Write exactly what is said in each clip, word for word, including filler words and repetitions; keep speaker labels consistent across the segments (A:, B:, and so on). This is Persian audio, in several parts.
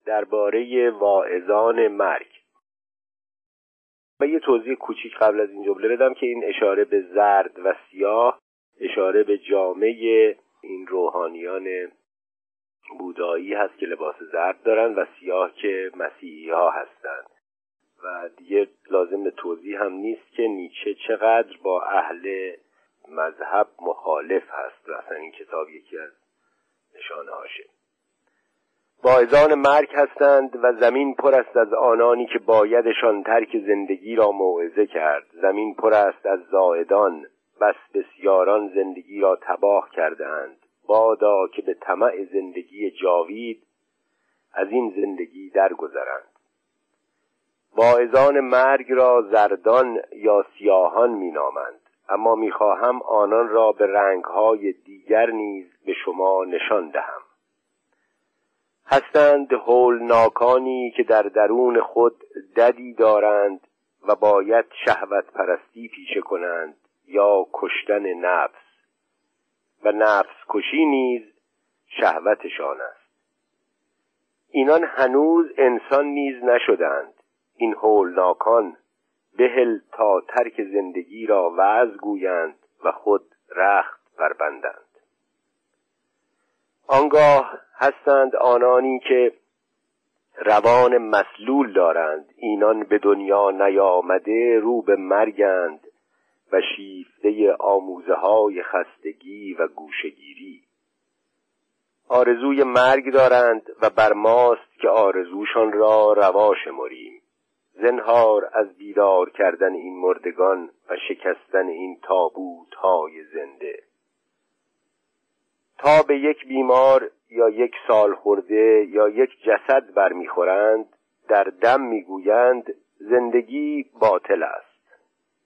A: درباره واعظان مرگ. و یه توضیح کوچیک قبل از این جمله بدم که این اشاره به زرد و سیاه اشاره به جامعه این روحانیان بودایی هست که لباس زرد دارن و سیاه که مسیحی ها هستند. و دیگه لازم به توضیح هم نیست که نیچه چقدر با اهل مذهب مخالف هست و اصلا این کتاب یکی از نشانه هاشه. واعظان مرگ هستند و زمین پر است از آنانی که بایدشان ترک زندگی را موعظه کرد. زمین پر است از زاهدان، بس بسیاران زندگی را تباه کردند. بادا که به طمع زندگی جاوید از این زندگی درگذرند. واعظان مرگ را زردان یا سیاهان می نامند، اما می خواهم آنان را به رنگهای دیگر نیز به شما نشان دهم. هستند هولناکانی که در درون خود ددی دارند و باید شهوت پرستی پیشه کنند یا کشتن نفس، و نفس کشی نیز شهوتشان است. اینان هنوز انسان نیز نشدند. این هولناکان بهل تا ترک زندگی را وعظ گویند و خود رخت بربندند. آنگاه هستند آنانی که روان مسلول دارند. اینان به دنیا نیامده رو به مرگند و شیفته آموزه های خستگی و گوشگیری. آرزوی مرگ دارند و بر ماست که آرزوشان را روا شمریم. زنهار از بیدار کردن این مردگان و شکستن این تابوت های زنده. تا به یک بیمار یا یک سال خورده یا یک جسد برمیخورند، در دم میگویند زندگی باطل است.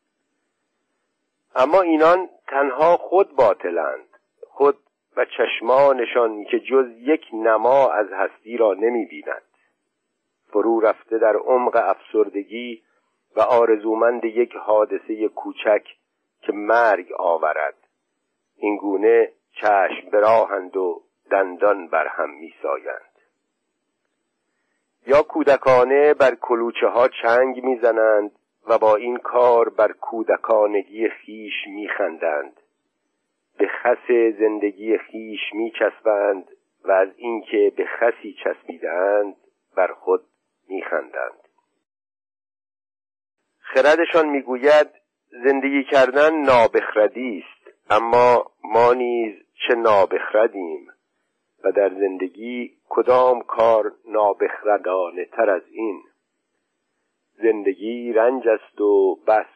A: اما اینان تنها خود باطلند، خود و چشمانشان که جز یک نما از هستی را نمی‌بینند. فرو رفته در عمق افسردگی و آرزومند یک حادثه کوچک که مرگ آورد. این گونه چشم براهند و دندان بر هم می‌سایند. یا کودکانه بر کلوچه ها چنگ می‌زنند و با این کار بر کودکانگی خیش می‌خندند. به خس زندگی خیش می‌چسبند و از اینکه به خسی چسبیدند بر خود می‌خندند. خردشان می‌گوید زندگی کردن نابخردی است، اما ما نیز چه نابخردیم و در زندگی کدام کار نابخردانه تر از این؟ زندگی رنج است و بس.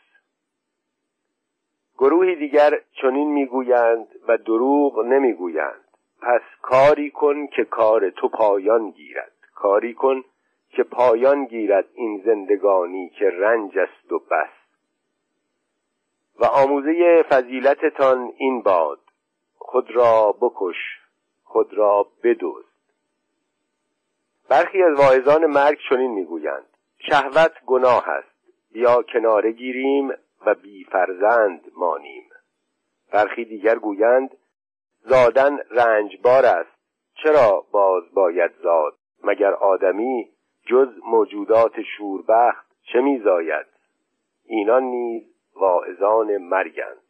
A: گروهی دیگر چنین میگویند و دروغ نمیگویند. پس کاری کن که کار تو پایان گیرد، کاری کن که پایان گیرد این زندگانی که رنج است و بس. و آموزه فضیلتتان این باد: خود را بکش، خود را بدزد. برخی از واعظان مرگ چنین میگویند: شهوت گناه است، بیا کناره گیریم و بی فرزند مانیم. برخی دیگر گویند: زادن رنجبار است، چرا باز باید زاد؟ مگر آدمی جز موجودات شوربخت چه میزاید؟ اینان نیز واعظان مرگند.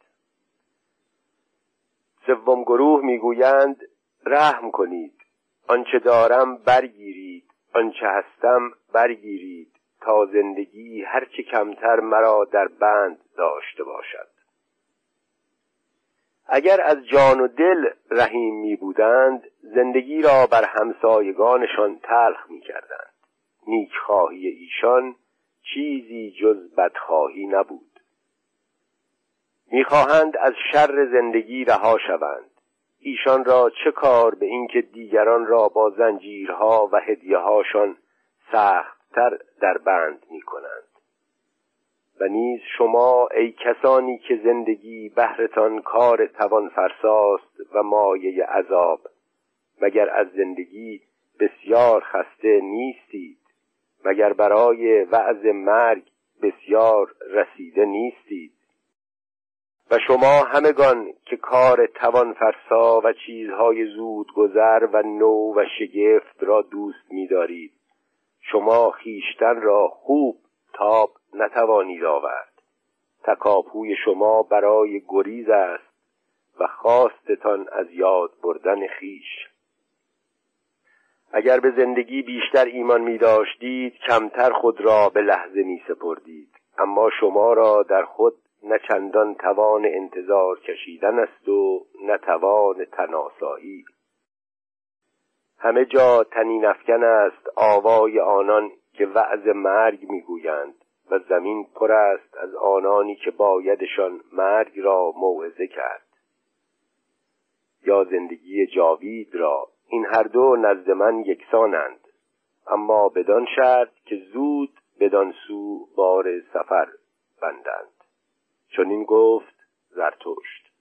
A: سوم گروه میگویند: رحم کنید، آنچه دارم برگیرید، آنچه هستم برگیرید، تا زندگی هرچه کمتر مرا در بند داشته باشد. اگر از جان و دل رحیم می بودند، زندگی را بر همسایگانشان تلخ می کردند. نیکخواهی ایشان چیزی جز بدخواهی نبود. می خواهند از شر زندگی رها شوند. ایشان را چه کار به اینکه دیگران را با زنجیرها و هدیه‌هاشان سخت‌تر در بند می کنند. و نیز شما ای کسانی که زندگی بهرتان کار توان فرساست و مایه عذاب، مگر از زندگی بسیار خسته نیستید؟ مگر برای وعظ مرگ بسیار رسیده نیستید؟ و شما همگان که کار توان فرسا و چیزهای زود گذر و نو و شگفت را دوست می دارید، شما خیشتن را خوب تاب نتوانید آورد. تکاپوی شما برای گریز است و خواستتان از یاد بردن خیش. اگر به زندگی بیشتر ایمان می داشتید کمتر خود را به لحظه می سپردید، اما شما را در خود نه چندان توان انتظار کشیدن است و نه توان تناسایی. همه جا طنین افکن است آوای آنان که وعظ مرگ می گویند و زمین پر است از آنانی که بایدشان مرگ را موعظه کرد. یا زندگی جاوید را، این هر دو نزد من یکسانند، اما بدان شرط که زود بدان سو بار سفر بندند. چون این گفت زرتشت.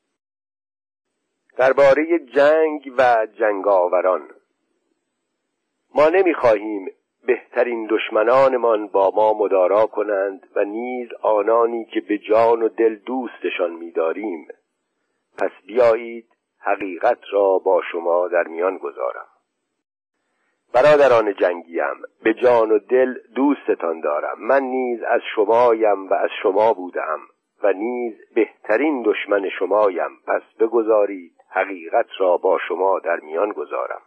A: درباره جنگ و جنگاوران: ما نمی‌خواهیم بهترین دشمنانمان با ما مدارا کنند و نیز آنانی که به جان و دل دوستشان می‌داریم. پس بیایید حقیقت را با شما در میان گذارم. برادران جنگیم، به جان و دل دوستتان دارم. من نیز از شمایم و از شما بودم و نیز بهترین دشمن شمایم. پس بگذارید حقیقت را با شما در میان گذارم.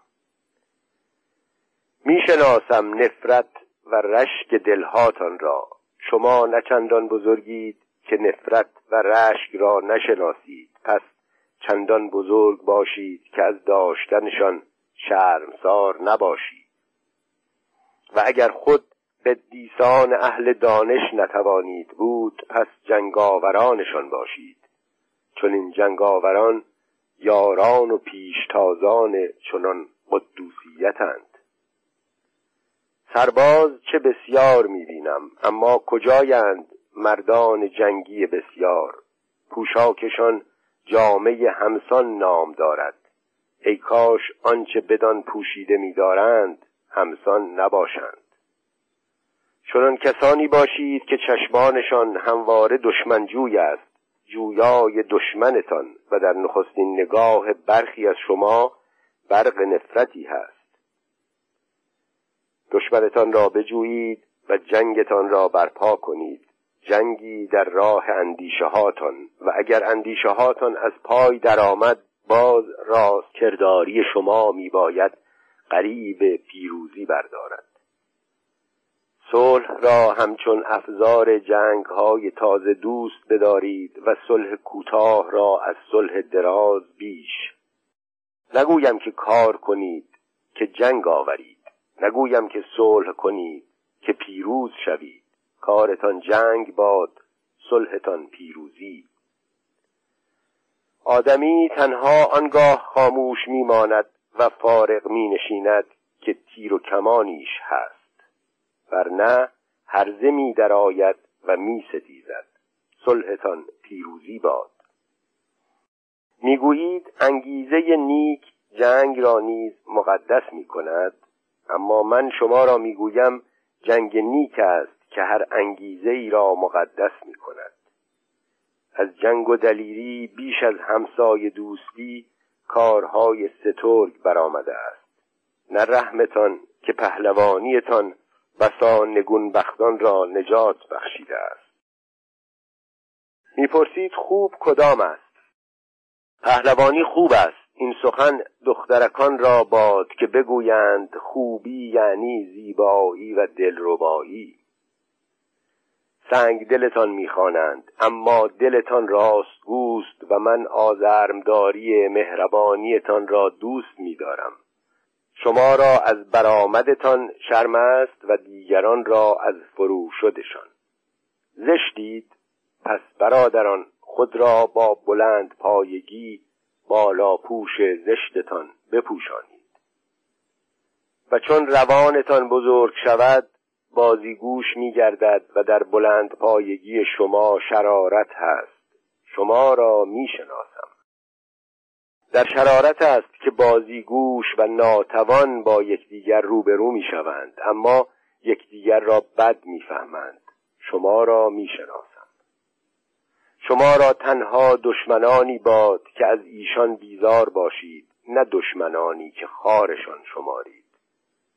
A: میشناسم نفرت و رشک دلهاتان را. شما نه چندان بزرگید که نفرت و رشک را نشناسید. پس چندان بزرگ باشید که از داشتنشان شرمسار نباشید. و اگر خود قدیسان اهل دانش نتوانید بود، پس جنگاورانشان باشید. چون این جنگاوران یاران و پیشتازان چنان قدوسیتند. سرباز چه بسیار می‌بینم، اما کجایند مردان جنگی بسیار؟ پوشاکشان جامه همسان نام دارد. ای کاش آنچه بدان پوشیده می‌دارند همسان نباشند. چنان کسانی باشید که چشمانشان همواره دشمنجوی است، جویای دشمنتان، و در نخستین نگاه برخی از شما برق نفرتی هست. دشمنتان را بجویید و جنگتان را برپا کنید، جنگی در راه اندیشه هاتان، و اگر اندیشه هاتان از پای درآمد، باز راست کرداری شما می باید قریب پیروزی بردارد. صلح را همچون افزار جنگ های تازه دوست بدارید و صلح کوتاه را از صلح دراز بیش. نگویم که کار کنید که جنگ آورید، نگویم که صلح کنید که پیروز شوید. کارتان جنگ باد، صلحتان پیروزی. آدمی تنها آنگاه خاموش میماند و فارغ می نشیند که تیر و کمانیش هست، ورنه هرزه می درآید و می ستیزد. صلحتان پیروزی باد. میگویید انگیزه نیک جنگ را نیز مقدس می کند، اما من شما را میگویم جنگ نیک است که هر انگیزه ای را مقدس می کند. از جنگ و دلیری بیش از همسای دوستی کارهای سترگ برآمده است. نه رحمتان که پهلوانیتان بسا نگون بختان را نجات بخشیده است. میپرسید خوب کدام است؟ پهلوانی خوب است. این سخن دخترکان را باد که بگویند خوبی یعنی زیبایی و دلربایی. سنگ دلتان میخوانند، اما دلتان راستگوست و من آزرمداری مهربانیتان را دوست می‌دارم. شما را از برآمدتان شرم است و دیگران را از فروشدشان. زشتید؟ پس برادران خود را با بلند پایگی بالا پوش زشتتان بپوشانید. و چون روانتان بزرگ شود بازیگوش می‌گردد و در بلند پایگی شما شرارت هست. شما را می‌شناسم. در شرارت است که بازیگوش و ناتوان با یکدیگر روبرو می‌شوند، اما یکدیگر را بد می‌فهمند. شما را می‌شناسم. شما را تنها دشمنانی باد که از ایشان بیزار باشید، نه دشمنانی که خارشان شمارید.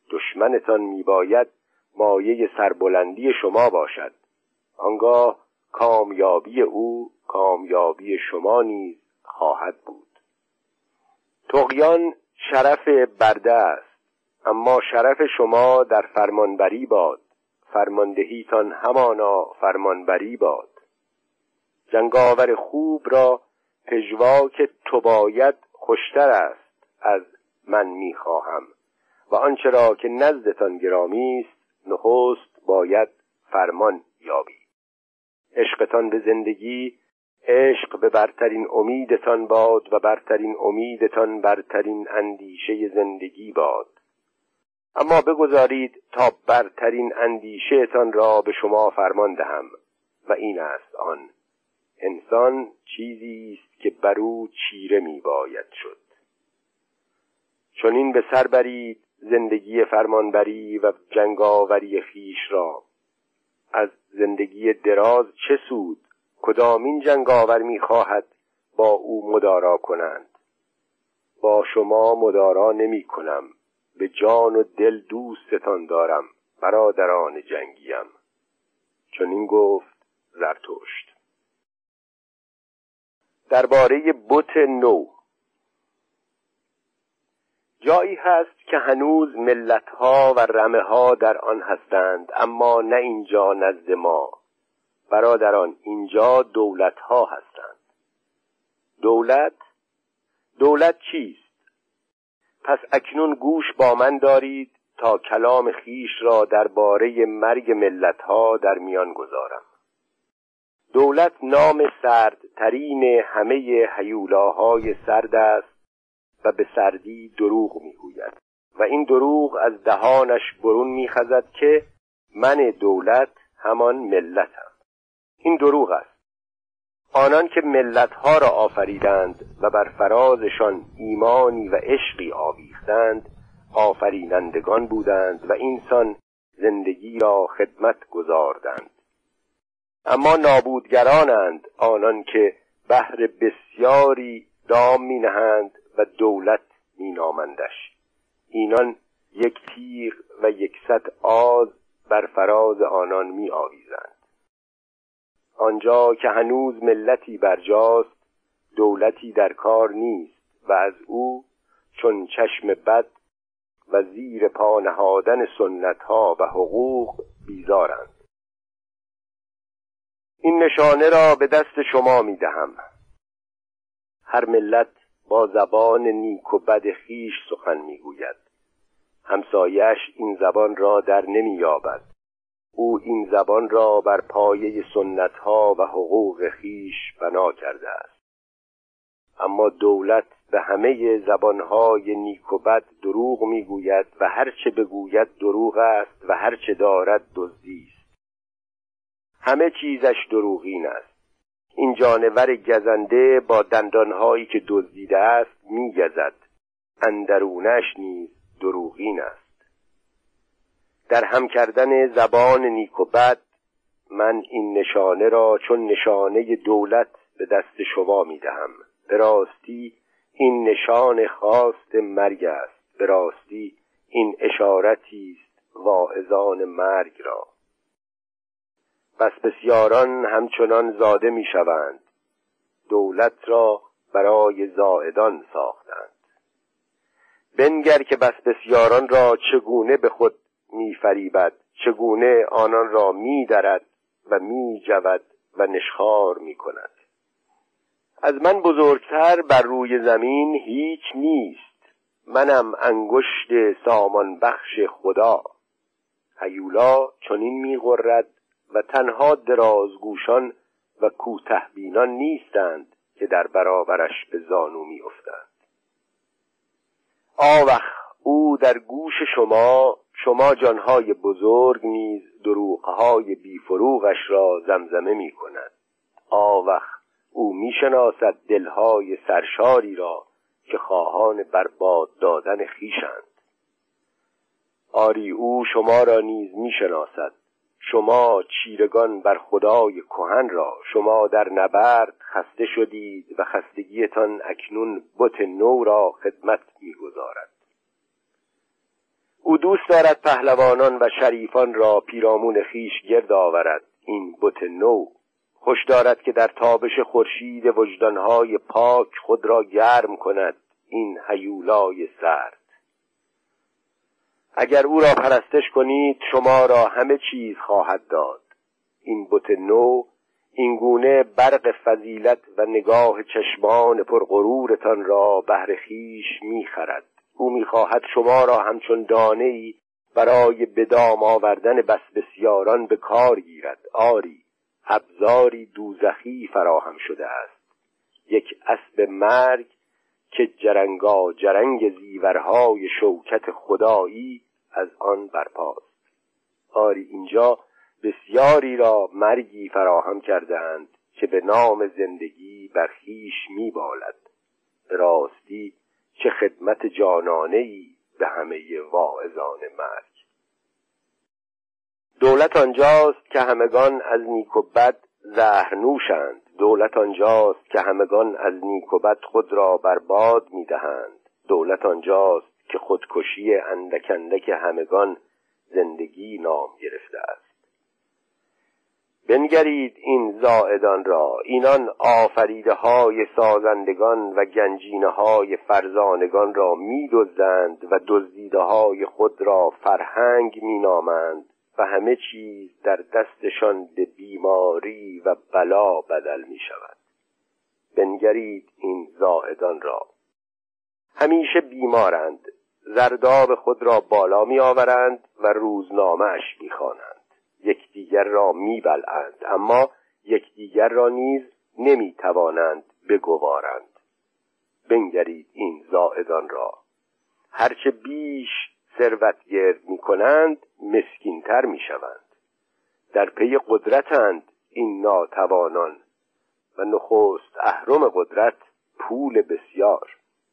A: دشمنتان میباید مایه سربلندی شما باشد. آنگاه کامیابی او کامیابی شما نیز خواهد بود. طغیان شرف برده است، اما شرف شما در فرمانبری باد. فرماندهیتان همانا فرمانبری باد. جنگاور خوب را پژواک تو باید خوشتر است از من میخواهم و آنچه را که نزدتان گرامی است نخست باید فرمان یابی. عشقتان به زندگی عشق به برترین امیدتان باد و برترین امیدتان برترین اندیشه زندگی باد. اما بگذارید تا برترین اندیشهتان را به شما فرمان دهم و این است آن: انسان چیزی است که بر او چیره می باید شد. چون این به سر برید زندگی فرمانبری و جنگاوری خیش را. از زندگی دراز چه سود؟ کدامین جنگاور می خواهد با او مدارا کنند؟ با شما مدارا نمی کنم. به جان و دل دوستتان دارم، برادران جنگیم. چون این گفت زرتشت. درباره بت نو. جایی هست که هنوز ملت‌ها و رمه‌ها در آن هستند، اما نه اینجا نزد ما. برادران، اینجا دولت‌ها هستند. دولت؟ دولت چیست؟ پس اکنون گوش با من دارید تا کلام خیش را درباره مرگ ملت‌ها در میان گذارم. دولت نام سردترین همه هیولاهای سرد است و به سردی دروغ میگوید و این دروغ از دهانش برون میخزد که من دولت همان ملتم. این دروغ است. آنان که ملتها را آفریدند و بر فرازشان ایمانی و عشقی آویختند آفرینندگان بودند و اینسان زندگی را خدمت گذاردند. اما نابودگرانند آنان که بهر بسیاری دام می نهند و دولت می نامندش. اینان یک تیغ و یکصد آز بر فراز آنان می آویزند. آنجا که هنوز ملتی برجاست دولتی در کار نیست و از او چون چشم بد و زیر پا نهادن سنت‌ها و حقوق بیزارند. این نشانه را به دست شما می دهم. هر ملت با زبان نیک و بد خیش سخن می گوید. همسایش این زبان را در نمی یابد. او این زبان را بر پایه سنت‌ها و حقوق خیش بنا کرده است. اما دولت به همه زبان‌های نیک و بد دروغ می‌گوید و هر چه بگوید دروغ است و هر چه دارد دزدی است. همه چیزش دروغین است. این جانور گزنده با دندان‌هایی که دزدیده است می‌گزد. اندرونش نیز دروغین است. در هم کردن زبان نیک و بد من این نشانه را چون نشانه دولت به دست شما می‌دهم. به راستی این نشان خواست مرگ است. به راستی این اشارتی است واعظان مرگ را. بس بسیاران همچنان زاده می‌شوند. دولت را برای زائدان ساختند. بنگر که بس بسیاران را چگونه به خود می‌فریبد، چگونه آنان را می‌درد و می‌جود و نشخوار می‌کند. از من بزرگتر بر روی زمین هیچ نیست. منم انگشت سامان بخش خدا. هیولا چنین می‌غرد و تنها درازگوشان و کوته بینان نیستند که در برابرش به زانو می‌افتند. آوخ او در گوش شما شما جانهای بزرگ نیز دروغهای بیفروغش را زمزمه می کند. آوخ او می شناسد دلهای سرشاری را که خواهان برباد دادن خویشند. آری او شما را نیز می شناسد. شما چیرگان بر خدای کهن را، شما در نبرد خسته شدید و خستگیتان اکنون بت نو را خدمت می گذارد. او دوست دارد پهلوانان و شریفان را پیرامون خیش گرد آورد. این بت نو خوش دارد که در تابش خورشید وجدانهای پاک خود را گرم کند. این هیولای سرد. اگر او را پرستش کنید شما را همه چیز خواهد داد. این بت نو این گونه برق فضیلت و نگاه چشمان پرغرورتان را بهر خویش می‌خرد. او می‌خواهد شما را همچون دانه‌ای برای به دام آوردن بس بسیاران به کار گیرد. آری، ابزاری دوزخی فراهم شده است. یک اسب مرگ که جرنگا جرنگ زیورهای شوکت خدایی از آن برپاست. آری، اینجا بسیاری را مرگی فراهم کردند که به نام زندگی بر خویش می‌بالد. به راستی چه خدمت جانانه‌ای به همه واعظان مرگ. دولت آنجاست که همگان از نیک و بد زهر نوشند. دولت آنجاست که همگان از نیک و بد خود را برباد می‌دهند. دولت آنجاست که خودکشی اندک اندک همگان زندگی نام گرفته است. بنگرید این زائدان را. اینان آفریده های سازندگان و گنجینه های فرزانگان را می دزدند و دزدیده های خود را فرهنگ می نامند و همه چیز در دستشان به بیماری و بلا بدل می شود. بنگرید این زائدان را. همیشه بیمارند. زرداب خود را بالا می آورند و روزنامه اش می خوانند. یکدیگر را می‌بلعند، اما یکدیگر را نیز نمی‌توانند بگوارند. بنگرید این زائدان را. هرچه بیش ثروت گرد می‌کنند مسکین‌تر می‌شوند. در پی قدرتند این ناتوانان و نخست اهرم قدرت پول بسیار.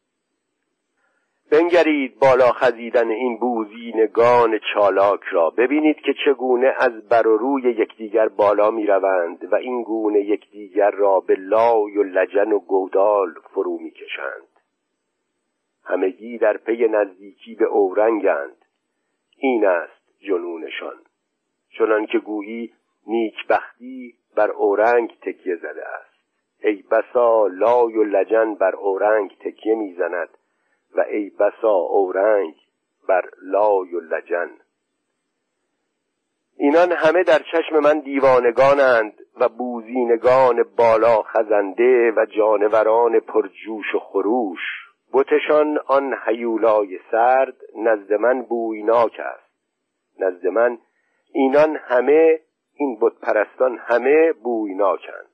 A: بنگرید بالا خزیدن این بوزینگان چالاک را. ببینید که چگونه از بر و روی یکدیگر بالا می روند و این گونه یکدیگر را به لای و لجن و گودال فرو می کشند. همگی در پی نزدیکی به اورنگند. این است جنونشان. چنان که گویی نیکبختی بر اورنگ تکیه زده است. ای بسا لای و لجن بر اورنگ تکیه می زند و ای بسا اورنگ بر لای و لجن. اینان همه در چشم من دیوانگانند و بوزینگان بالا خزنده و جانوران پرجوش و خروش. بتشان آن هیولای سرد نزد من بویناک است. نزد من اینان همه، این بت پرستان همه بویناکند.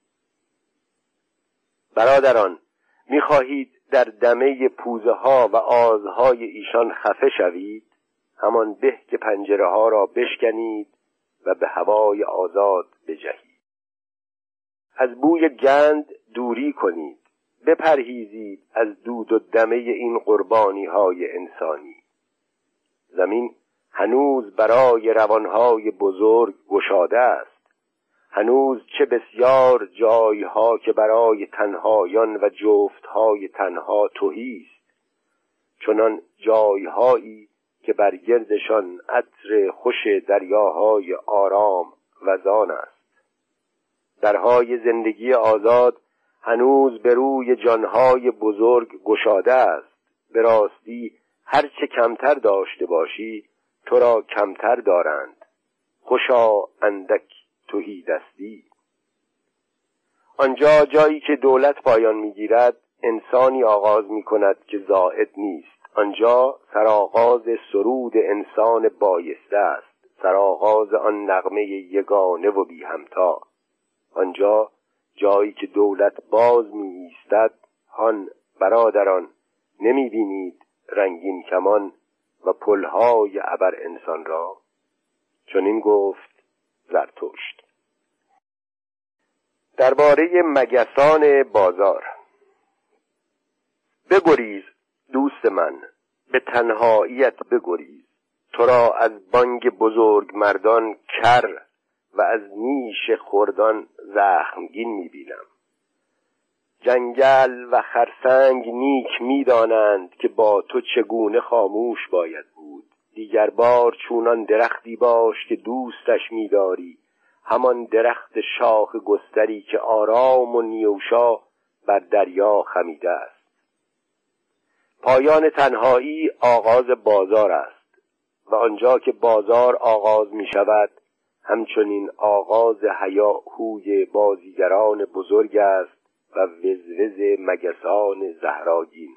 A: برادران، می‌خواهید در دمه پوزه ها و آزهای ایشان خفه شوید؟ همان به که پنجره ها را بشکنید و به هوای آزاد بجهید. از بوی گند دوری کنید. بپرهیزید از دود و دمه این قربانی های انسانی. زمین هنوز برای روانهای بزرگ گشاده است. هنوز چه بسیار جایها که برای تنهایان و جفتهای تنها تهی است. چنان جایهایی که بر گردشان عطر خوش دریاهای آرام وزان است. درهای زندگی آزاد هنوز به روی جانهای بزرگ گشاده است. به راستی هر چه کمتر داشته باشی تو را کمتر دارند. خوشا اندک تهی دستی. آنجا جایی که دولت پایان میگیرد انسانی آغاز میکند که زائد نیست. آنجا سرآغاز سرود انسان بایسته است. سرآغاز آن نغمه یگانه و بی همتا. آنجا جایی که دولت باز می ایستد، هان برادران نمی بینید رنگین کمان و پلهای ابر انسان را؟ چنین گفت زرتشت. درباره مگسان بازار: بگریز دوست من، به تنهاییت بگریز. تو را از بانگ بزرگ مردان کر و از نیش خردان زخمگین می‌بینم. جنگل و خرسنگ نیک می‌دانند که با تو چگونه خاموش باید بود. دیگر بار چونان درختی باش که دوستش می‌داری، همان درخت شاخ گستری که آرام و نیوشا بر دریا خمیده است. پایان تنهایی آغاز بازار است و آنجا که بازار آغاز می شود همچنین آغاز هیاهوی بازیگران بزرگ است و وزوز مگسان زهراگین.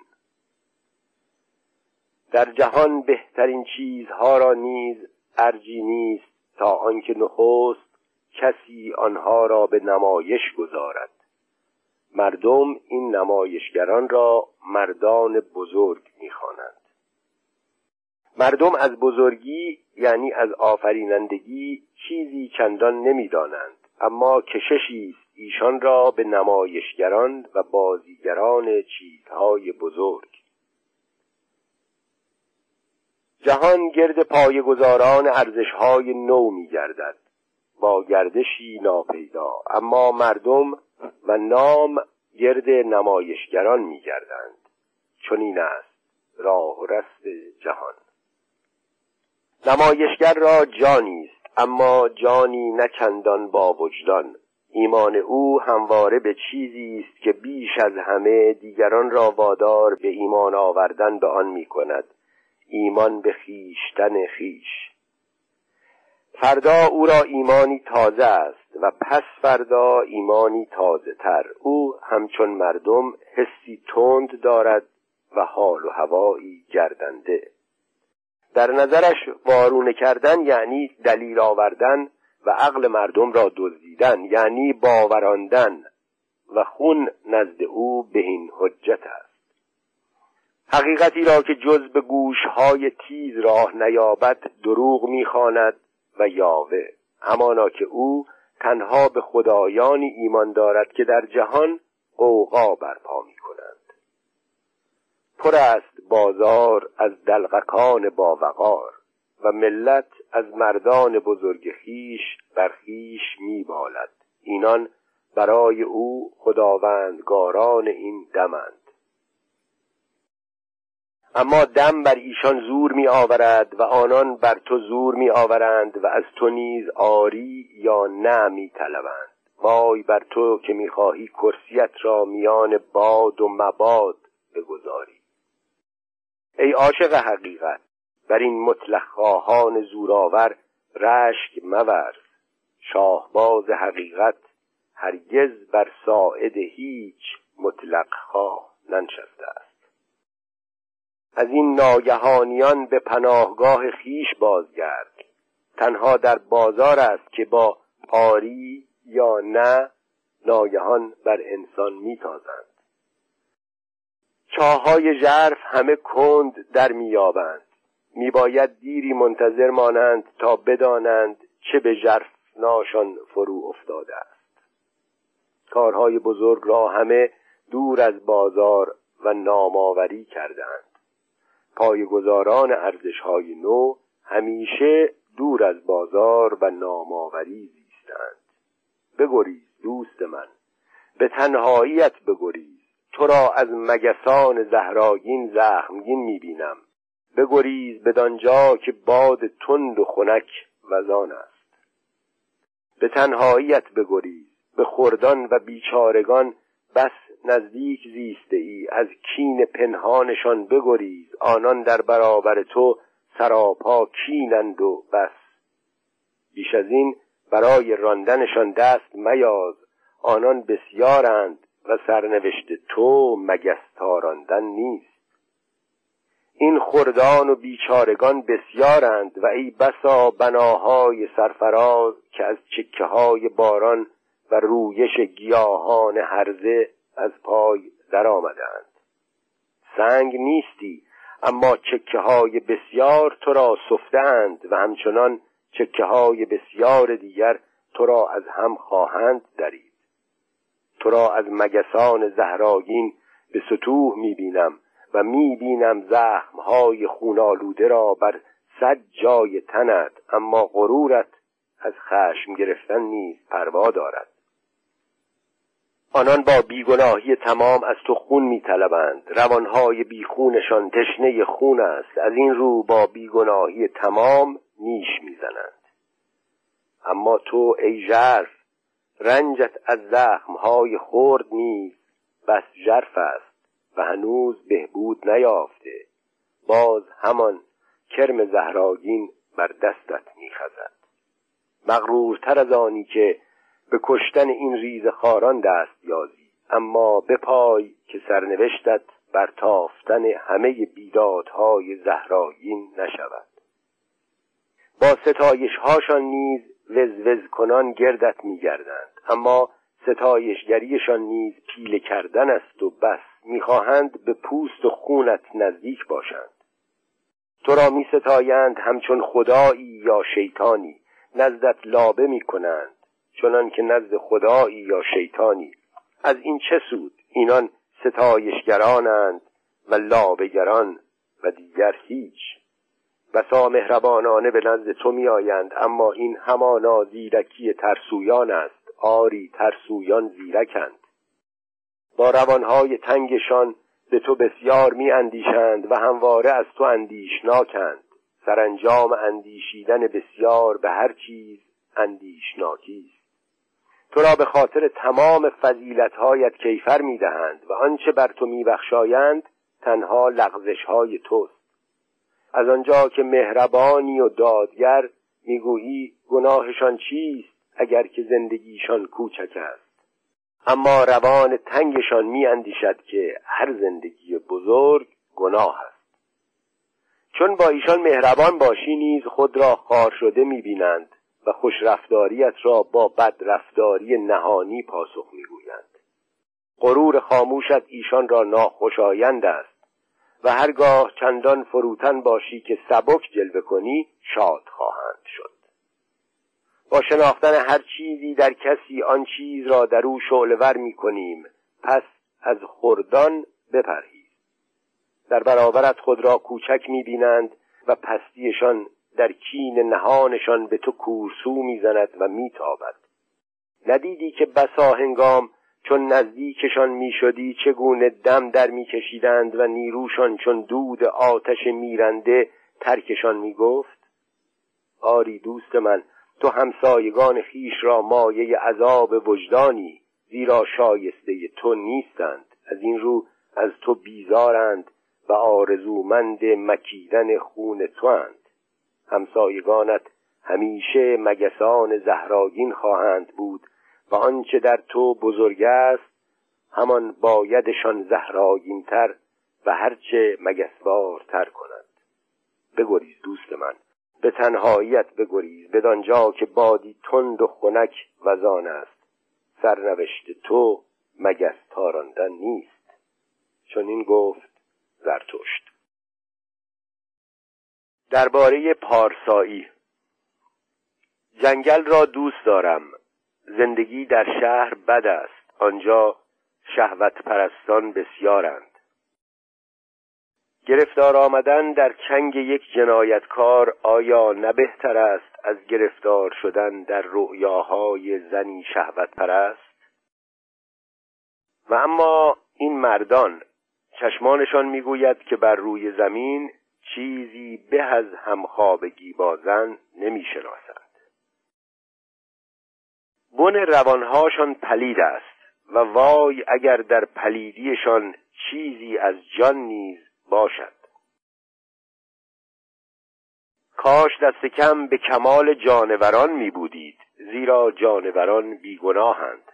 A: در جهان بهترین چیزها را نیز ارجی نیست تا آنکه نخست کسی آنها را به نمایش گذارد. مردم این نمایشگران را مردان بزرگ می‌خوانند. مردم از بزرگی یعنی از آفرینندگی چیزی چندان نمی‌دانند، اما کششی است ایشان را به نمایشگران و بازیگران چیزهای بزرگ. جهان گرد پایه‌گذاران ارزش‌های نو می‌گردد با گردشی ناپیدا، اما مردم و نام گرد نمایشگران می‌گردند. چون این است راه و رست جهان. نمایشگر را جانی است، اما جانی نه چندان با وجدان. ایمان او همواره به چیزی است که بیش از همه دیگران را وادار به ایمان آوردن به آن می‌کند: ایمان به خویشتن خویش. فردا او را ایمانی تازه است و پس فردا ایمانی تازه تر. او همچون مردم حسی تند دارد و حال و هوایی گردنده. در نظرش وارونه کردن یعنی دلیل آوردن و عقل مردم را دزدیدن یعنی باوراندن و خون نزد او بهین حجت است. حقیقتی را که جز به گوشهای تیز راه نیابد دروغ می‌خواند و یاوه، همانا که او تنها به خدایانی ایمان دارد که در جهان غوغا برپا می‌کنند. پر است بازار از دلقکان باوقار و ملت از مردان بزرگ خیش بر خیش می‌بالد. اینان برای او خداوندگاران این دمند. اما دم بر ایشان زور می آورد و آنان بر تو زور می آورند و از تو نیز آری یا نه می طلبند. وای بر تو که می خواهی کرسیت را میان باد و مباد بگذاری. ای عاشق حقیقت، بر این مطلق خواهان زورآور رشک مورز. شاهباز حقیقت هرگز بر ساعد هیچ مطلق خواه ننشسته است. از این ناگهانیان به پناهگاه خیش بازگرد. تنها در بازار است که با آری یا نه ناگهان بر انسان میتازند. چاهای ژرف همه کند در میابند. میباید دیری منتظر مانند تا بدانند چه به ژرفناشان فرو افتاده است. کارهای بزرگ را همه دور از بازار و نامآوری کردند. پایه‌گذاران ارزش‌های نو همیشه دور از بازار و نامآوری زیستند. بگریز دوست من، به تنهاییت بگریز. تو را از مگسان زهراگین زخمگین می‌بینم. بگریز بدانجا که باد تند و خنک وزان است. به تنهاییت بگریز. به خردان و بیچارگان بس نزدیک زیسته ای. از کین پنهانشان بگریز. آنان در برابر تو سراپا کینند و بس. بیش از این برای راندنشان دست میاز. آنان بسیارند و سرنوشت تو مگس تاراندن نیست. این خردان و بیچارگان بسیارند و ای بسا بناهای سرفراز که از چکه های باران و رویش گیاهان هرزه از پای در آمدند. سنگ نیستی، اما چکه های بسیار تو را سفتند و همچنان چکه های بسیار دیگر تو را از هم خواهند درید. تو را از مگسان زهراگین به سطوح میبینم و میبینم زخمهای خونالوده را بر صد جای تنت، اما غرورت از خشم گرفتن نیز پروا دارد. آنان با بیگناهی تمام از تو خون می‌طلبند. روانهای بیخونشان تشنه خون است. از این رو با بیگناهی تمام نیش می‌زنند. اما تو ای ژرف، رنجت از زخمهای خرد نیز بس ژرف است و هنوز بهبود نیافته. باز همان کرم زهرآگین بر دستت می‌خزد. مغرورتر از آنی که به کشتن این ریز خاران دست یازی، اما بپای که سرنوشتت بر تافتن همه بیدادهای زهرآگین نشود. با ستایش‌هاشان نیز وزوز کنان گردت می‌گردند، اما ستایشگریشان نیز پیله کردن است و بس. می‌خواهند به پوست و خونت نزدیک باشند. تو را می‌ستایند همچون خدایی یا شیطانی، نزدت لابه می‌کنند چنان که نزد خدایی یا شیطانی. از این چه سود؟ اینان ستایشگرانند و لابه‌گران و دیگر هیچ. بسا مهربانانه به نزد تو می آیند، اما این همانا زیرکی ترسویان است. آری ترسویان زیرکند. با روانهای تنگشان به تو بسیار می اندیشند و همواره از تو اندیشناکند. سرانجام اندیشیدن بسیار به هر چیز اندیشناکی است. تو را به خاطر تمام فضیلت‌هایت کیفر می‌دهند و آنچه بر تو می‌بخشایند تنها لغزش‌های توست. از آنجا که مهربانی و دادگر، میگویی گناهشان چیست اگر که زندگیشان کوچک است. اما روان تنگشان می‌اندیشد که هر زندگی بزرگ گناه است. چون با ایشان مهربان باشی نیز خود را خار شده می‌بینند و خوش رفتاریت را با بد رفتاری نهانی پاسخ می‌گویند. غرور خاموشت ایشان را ناخوشایند است و هرگاه چندان فروتن باشی که سبک جلوه کنی شاد خواهند شد. با شناختن هر چیزی در کسی آن چیز را در او شعله‌ور می‌کنیم. پس از خردان بپرهیز. در برابرت خود را کوچک می‌بینند و پستیشان در کین نهانشان به تو کورسو می‌زند و می‌تابد. ندیدی که بسا هنگام چون نزدیکشان می‌شدی چگونه دم در می‌کشیدند و نیروشان چون دود آتش میرنده ترکشان می‌گفت؟ آری دوست من، تو همسایگان خیش را مایه عذاب وجدانی، زیرا شایسته تو نیستند. از این رو از تو بیزارند و آرزومند مکیدن خون تو اند. همسایگانت همیشه مگسان زهرآگین خواهند بود و آنچه در تو بزرگ است همان بایدشان زهرآگین‌تر و هرچه مگسوارتر کند. بگریز دوست من، به تنهاییت بگریز، بدانجا که بادی تند و خنک وزان است. سرنوشت تو مگس تاراندن نیست. چون این گفت زرتشت. درباره پارسایی. جنگل را دوست دارم. زندگی در شهر بد است. آنجا شهوت پرستان بسیارند. گرفتار آمدن در چنگ یک جنایتکار آیا نه بهتر است از گرفتار شدن در رؤیاهای زنی شهوت پرست؟ و اما این مردان، چشمانشان میگوید که بر روی زمین چیزی به از همخوابگی با زن نمیشناسند. بن روانهاشان پلید است و وای اگر در پلیدیشان چیزی از جان نیز باشد. کاش دست کم به کمال جانوران می بودید، زیرا جانوران بیگناهند.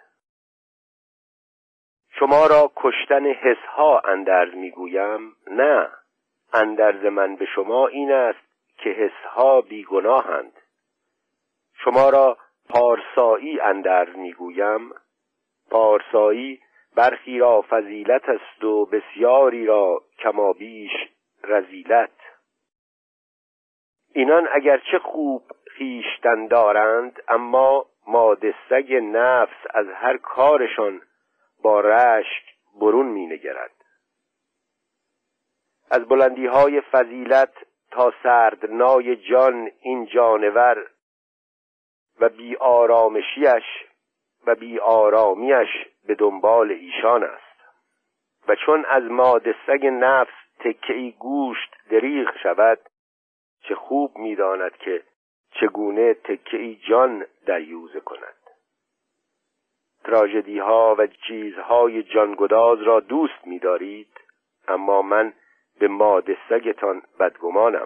A: شما را کشتن حسها اندرز می گویم؟ نه، اندرز من به شما این است که حسها بیگناهند. شما را پارسایی اندرز می گویم؟ پارسایی برخی را فضیلت است و بسیاری را کمابیش رذیلت. اینان اگرچه خوب خویشتن دارند، اما ماده سگ نفس از هر کارشان با رشک برون می نگرد. از بلندی های فضیلت تا سردنای جان این جانور و بی آرامشیش و بی آرامیش به دنبال ایشان است. و چون از ماده سگ نفس تکه‌ای گوشت دریغ شود، چه خوب می‌داند که چگونه تکه‌ای جان دریوزه کند. تراژدی ها و چیزهای جانگداز را دوست می‌دارید، اما من به ماده سگتان بدگمانم.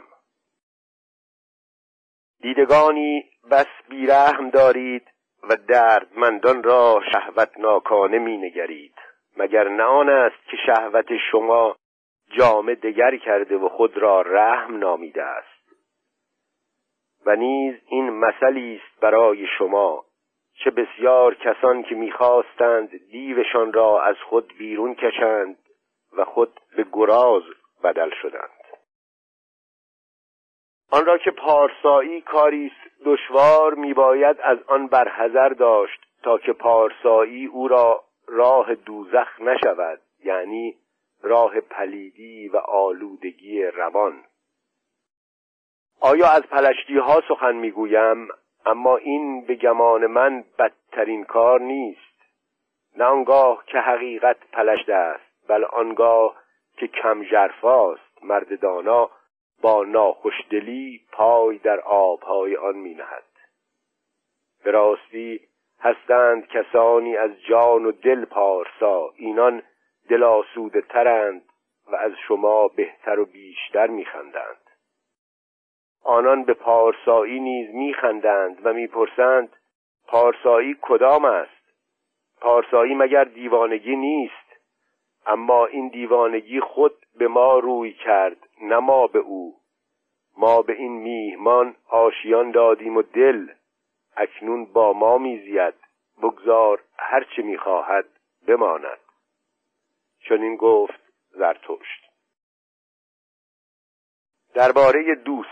A: دیدگانی بس بیرحم دارید و دردمندان را شهوتناکانه می‌نگرید. مگر نه آن است که شهوت شما جامه دگر کرده و خود را رحم نامیده است؟ و نیز این مثلی است برای شما، چه بسیار کسان که می‌خواستند دیوشان را از خود بیرون کشند و خود به گراز بدل شدند. آن را که پارسایی کاری دشوار میباید از آن برحذر داشت تا که پارسایی او را راه دوزخ نشود، یعنی راه پلیدی و آلودگی روان. آیا از پلشتی ها سخن میگویم؟ اما این به گمان من بدترین کار نیست. نه آنگاه که حقیقت پلشت است، بل آنگاه که کم ژرفاست. مرد دانا با ناخوشدلی پای در آبهای آن می نهد. به راستی هستند کسانی از جان و دل پارسا، اینان دل آسوده ترند و از شما بهتر و بیشتر می خندند. آنان به پارسایی نیز می خندند و می پرسند پارسایی کدام است؟ پارسایی مگر دیوانگی نیست؟ اما این دیوانگی خود به ما روی کرد، نه ما به او. ما به این میهمان آشیان دادیم و دل اکنون با ما میزید. بگذار هر چه میخواهد بماند. چون این گفت زرتشت. درباره دوست.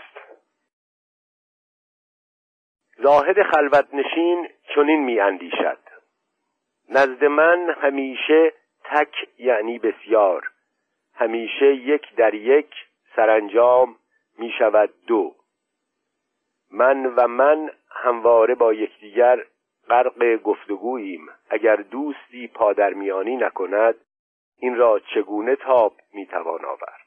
A: زاهد خلوت نشین چنین می اندیشد: نزد من همیشه تک یعنی بسیار، همیشه یک در یک سرانجام می شود دو. من و من همواره با یکدیگر غرق گفتگوییم. اگر دوستی پادرمیانی نکند، این را چگونه تاب می توان آورد؟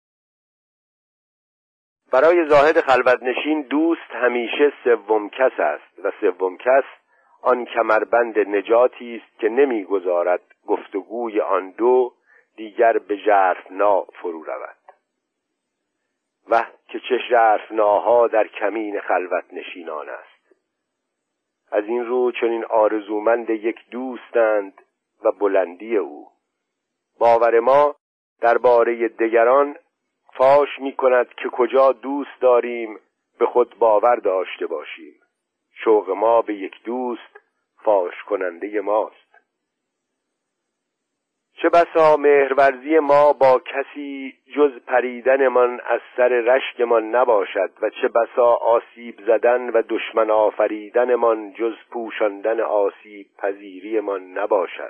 A: برای زاهد خلوت نشین دوست همیشه سوم کس است و سوم کس آن کمربند نجاتی است که نمیگذارد گفتگوی آن دو دیگر به ژرفنا فرو رود. و که چه ژرفناها در کمین خلوت نشینان است. از این رو چنین آرزومند یک دوستند و بلندی او. باور ما درباره دیگران فاش می کند که کجا دوست داریم به خود باور داشته باشیم. شوق ما به یک دوست فاش کننده ماست. چه بسا مهرورزی ما با کسی جز پریدنمان از سر رشکمان نباشد و چه بسا آسیب زدن و دشمن آفریدنمان جز پوشاندن آسیب پذیریمان نباشد.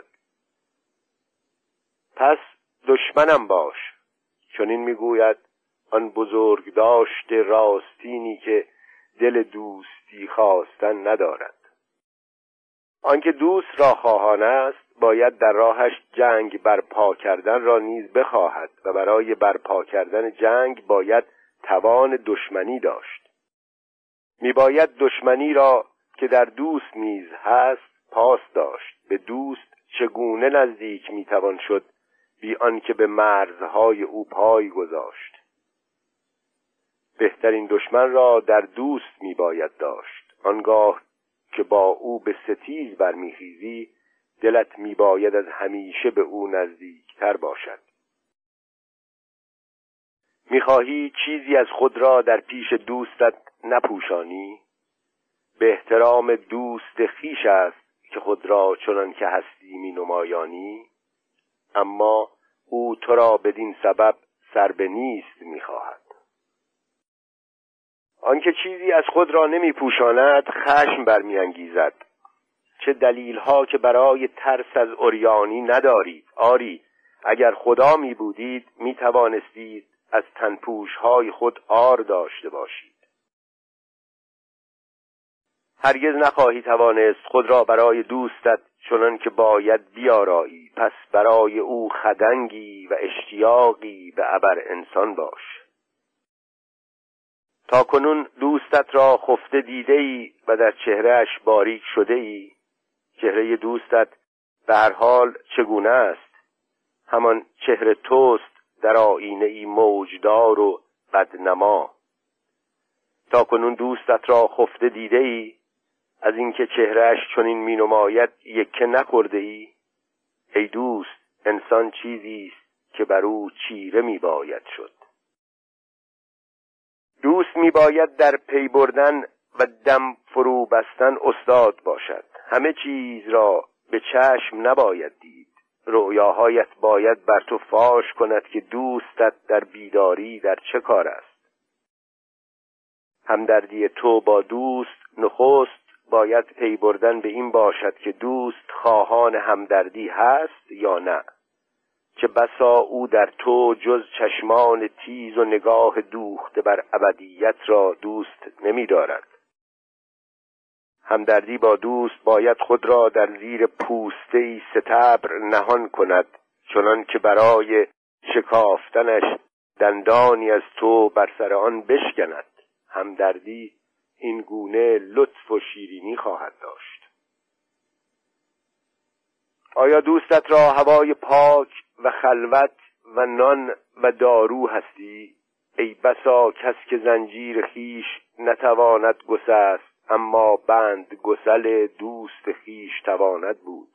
A: پس دشمنم باش. چنین میگوید آن بزرگ داشته راستینی که دل دوستی خواستن ندارد. آنکه دوست را خواهان است باید در راهش جنگ برپا کردن را نیز بخواهد و برای برپا کردن جنگ باید توان دشمنی داشت. میباید دشمنی را که در دوست نیز هست پاس داشت. به دوست چگونه نزدیک میتوان شد بی آنکه به مرزهای او پای گذاشت؟ بهترین دشمن را در دوست میباید داشت. آنگاه که با او به ستیز برمیخیزی دلت میباید از همیشه به او نزدیکتر باشد. میخواهی چیزی از خود را در پیش دوستت نپوشانی؟ به احترام دوست خویش است که خود را چنان که هستی می نمایانی، اما او تو را بدین سبب سر به نیست میخواهد. آنکه چیزی از خود را نمی پوشاند خشم برمیانگیزد. چه دلیل ها که برای ترس از عریانی ندارید. آری اگر خدا می بودید می توانستید از تنپوش های خود عار داشته باشید. هرگز نخواهی توانست خود را برای دوستت چنان که باید بیارایی، پس برای او خدنگی و اشتیاقی به ابر انسان باش. تا کنون دوستت را خفته دیده‌ای و در چهرهش باریک شده‌ای. چهره دوستت به هر حال چگونه است؟ همان چهره توست در آینه‌ای موجدار و بدنما. تا کنون دوستت را خفته دیده‌ای؟ از اینکه چهرهش چنین می‌نماید یکه نخورده ای؟ ای دوست، انسان چیزی است که بر او چیره می‌باید شد. دوست می‌باید در پی بردن و دم فرو بستن استاد باشد. همه چیز را به چشم نباید دید. رؤیاهایت باید بر تو فاش کند که دوستت در بیداری در چه کار است. همدردی تو با دوست نخست باید پی بردن به این باشد که دوست خواهان همدردی هست یا نه. چه بسا او در تو جز چشمان تیز و نگاه دوخته بر ابدیت را دوست نمی دارد. همدردی با دوست باید خود را در زیر پوسته‌ای ستبر نهان کند، چنان که برای شکافتنش دندانی از تو بر سر آن بشکند. همدردی این گونه لطف و شیرینی خواهد داشت. آیا دوستت را هوای پاک و خلوت و نان و دارو هستی؟ ای بسا کس که زنجیر خیش نتواند گسست، اما بند گسل دوست خیش تواند بود.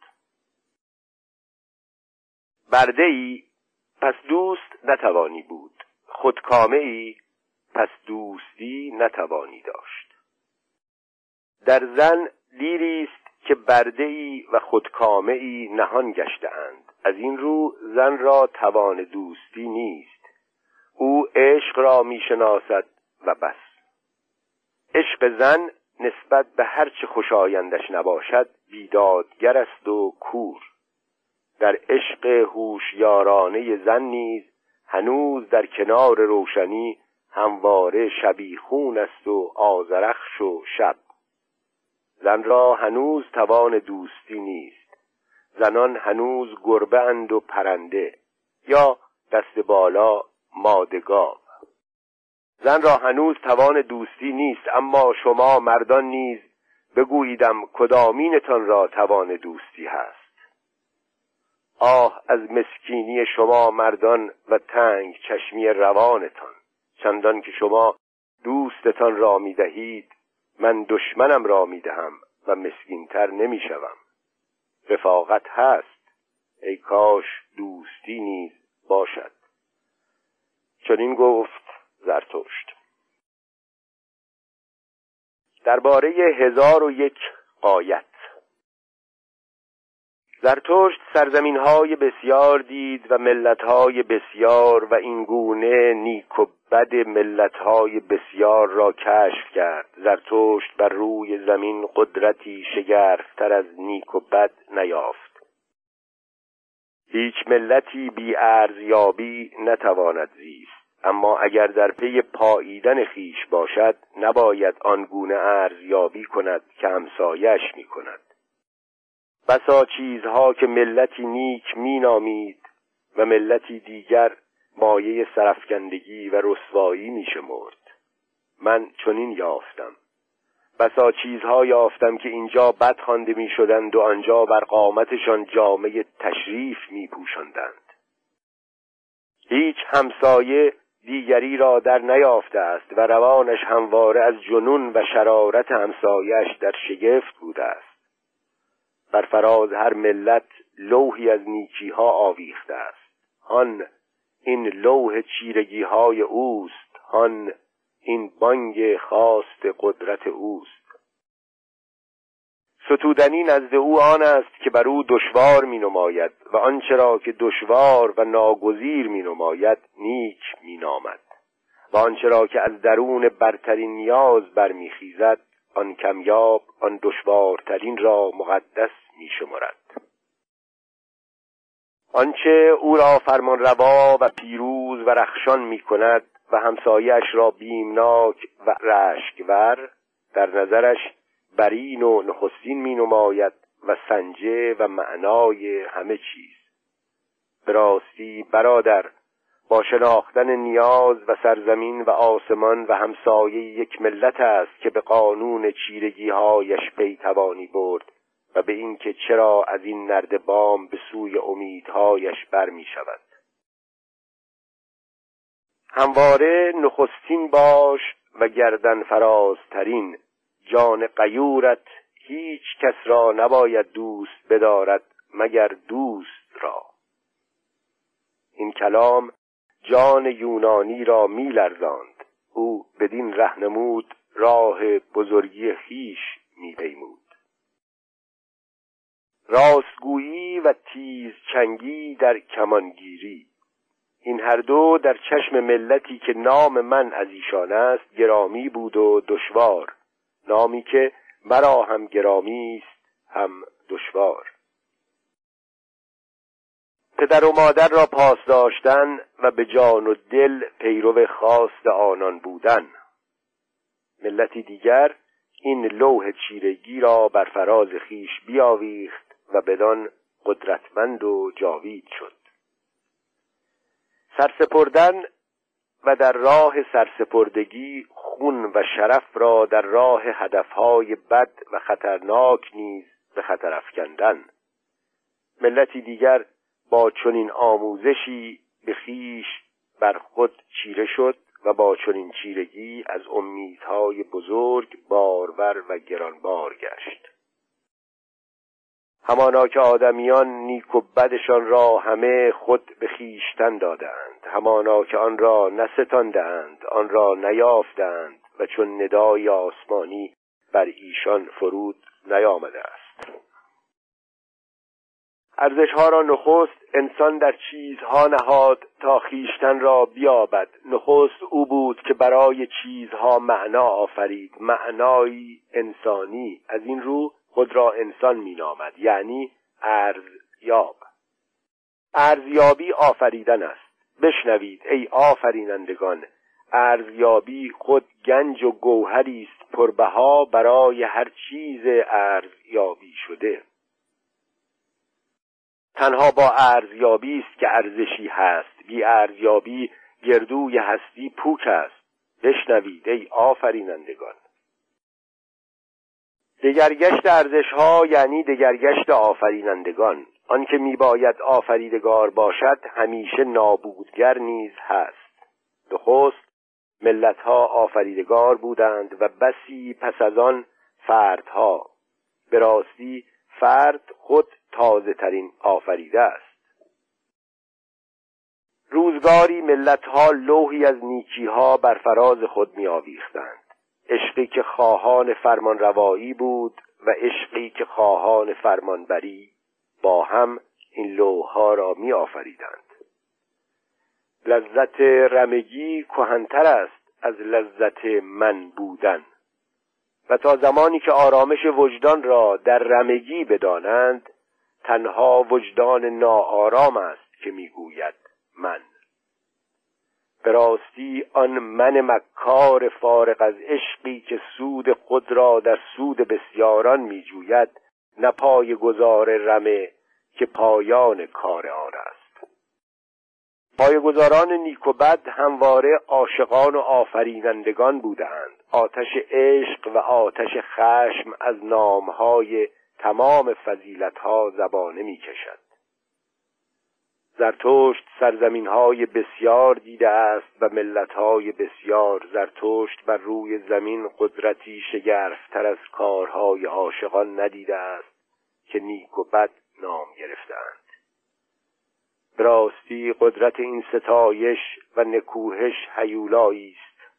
A: برده ای پس دوست نتوانی بود، خودکامه ای پس دوستی نتوانی داشت. در زن دیریست که برده ای و خودکامه ای نهان گشته اند. از این رو زن را توان دوستی نیست. او عشق را می شناسد و بس. عشق زن نسبت به هر چه خوشایندش نباشد بیدادگر است و کور. در عشق هوشیارانه زن نیز هنوز در کنار روشنی همواره شبیخون است و آذرخش و شب. زن را هنوز توان دوستی نیست. زنان هنوز گربه اند و پرنده، یا دست بالا مادگاو. زن را هنوز توان دوستی نیست، اما شما مردان نیز بگوییدم کدامینتان را توان دوستی هست. آه از مسکینی شما مردان و تنگ چشمی روانتان. چندان که شما دوستتان را می دهید، من دشمنم را می دهم و مسکینتر نمی شوم. رفاقت هست، ای کاش دوستی نیز باشد. چنین گفت زرتشت. درباره هزار و یک غایت. زرتشت سرزمین‌های بسیار دید و ملت‌های بسیار و این گونه نیک و بد ملت‌های بسیار را کشف کرد. زرتشت بر روی زمین قدرتی شگرفتر از نیک و بد نیافت. هیچ ملتی بی ارزیابی نتواند زیست، اما اگر در پی پاییدن خیش باشد نباید آنگونه ارزیابی کند که همسایش می کند. بسا چیزها که ملتی نیک می نامید و ملتی دیگر مایه سرفکندگی و رسوایی می شمرد. من چنین یافتم. بسا چیزها یافتم که اینجا بد خوانده می شدند و آنجا بر قامتشان جامه تشریف می پوشاندند. هیچ همسایه دیگری را در نیافته است و روانش همواره از جنون و شرارت همسایش در شگفت بوده است. بر فراز هر ملت لوحی از نیکی‌ها آویخته است. هان این لوح چیرگی‌های اوست، هان این بانگ خواست قدرت اوست. ستودنی نزد او آن است که بر او دشوار می نماید و آنچه را که دشوار و ناگزیر می نماید نیک می نامد و آنچه را که از درون برترین نیاز برمی خیزد آن کمیاب آن دشوارترین را مقدس می شمرد. آنچه او را فرمان روا و پیروز و رخشان می کند و همسایش را بیمناک و رشکور در نظرش برین و نخستین می نماید و سنجه و معنای همه چیز. به راستی برادر، با شناختن نیاز و سرزمین و آسمان و همسایه یک ملت است که به قانون چیرگی‌هایش پی توانی برد و به این که چرا از این نرد بام به سوی امیدهایش برمی شود. همواره نخستین باش و گردن فرازترین، جان غیورت هیچ کس را نباید دوست بدارد مگر دوست را. این کلام جان یونانی را می لرزاند. او بدین رهنمود راه بزرگی خیش می پیمود. راستگویی و تیز چنگی در کمانگیری، این هر دو در چشم ملتی که نام من از ایشان است گرامی بود و دشوار، نامی که مرا هم گرامی است هم دشوار. پدر و مادر را پاس داشتن و به جان و دل پیرو خواست آنان بودن. ملتی دیگر این لوح چیرگی را بر فراز خیش بیاویخت و بدان قدرتمند و جاوید شد. سرسپردن و در راه سرسپردگی خون و شرف را در راه هدفهای بد و خطرناک نیز به خطر افکندن. ملتی دیگر با چنین آموزشی به خیش بر خود چیره شد و با چنین چیرگی از امیدهای بزرگ بارور و گرانبار گشت. همانا که آدمیان نیک و بدشان را همه خود به خیشتن دادند، همانا که آن را نستاندند، آن را نیافتند و چون ندای آسمانی بر ایشان فرود نیامده است. ارزش‌ها را نخست انسان در چیزها نهاد تا خیشتن را بیابد. نخست او بود که برای چیزها معنا آفرید، معنایی انسانی. از این رو خود را انسان می‌نامد، یعنی ارزیاب. ارزیابی آفریدن است. بشنوید ای آفرینندگان، ارزیابی خود گنج و گوهری است پربها برای هر چیز ارزیابی شده. تنها با ارزیابی است که ارزشی هست، بی ارزیابی گردوی هستی پوک است. بشنوید ای آفرینندگان. دگرگشت ارزش‌ها یعنی دگرگشت آفرینندگان. آن که میباید آفریدگار باشد همیشه نابودگر نیز هست. نخست ملت‌ها آفریدگار بودند و بسی پس از آن فردها. به راستی فرد خود تازه ترین آفریده است. روزگاری ملت‌ها لوحی از نیکی‌ها بر فراز خود می‌آویختند. عشقی که خواهان فرمانروایی بود و عشقی که خواهان فرمانبری با هم این لوح‌ها را می‌آفریدند. لذت رمگی کهن‌تر است از لذت من بودن و تا زمانی که آرامش وجدان را در رمگی بدانند، تنها وجدان ناآرام است که میگوید من. به راستی آن من مکار فارغ از عشقی که سود خود را در سود بسیاران میجوید، نه پای گذار رمه که پایان کار آن است. پایه‌گذاران نیک و بد همواره عاشقان و آفرینندگان بودند. آتش عشق و آتش خشم از نامهای تمام فضیلت‌ها زبانه می‌کشد. زرتشت سرزمین‌های بسیار دیده است و ملت‌های بسیار. زرتشت بر روی زمین قدرتی شگرفتر از کارهای عاشقان ندیده است که نیک و بد نام گرفتند. به راستی قدرت این ستایش و نکوهش هیولایی است.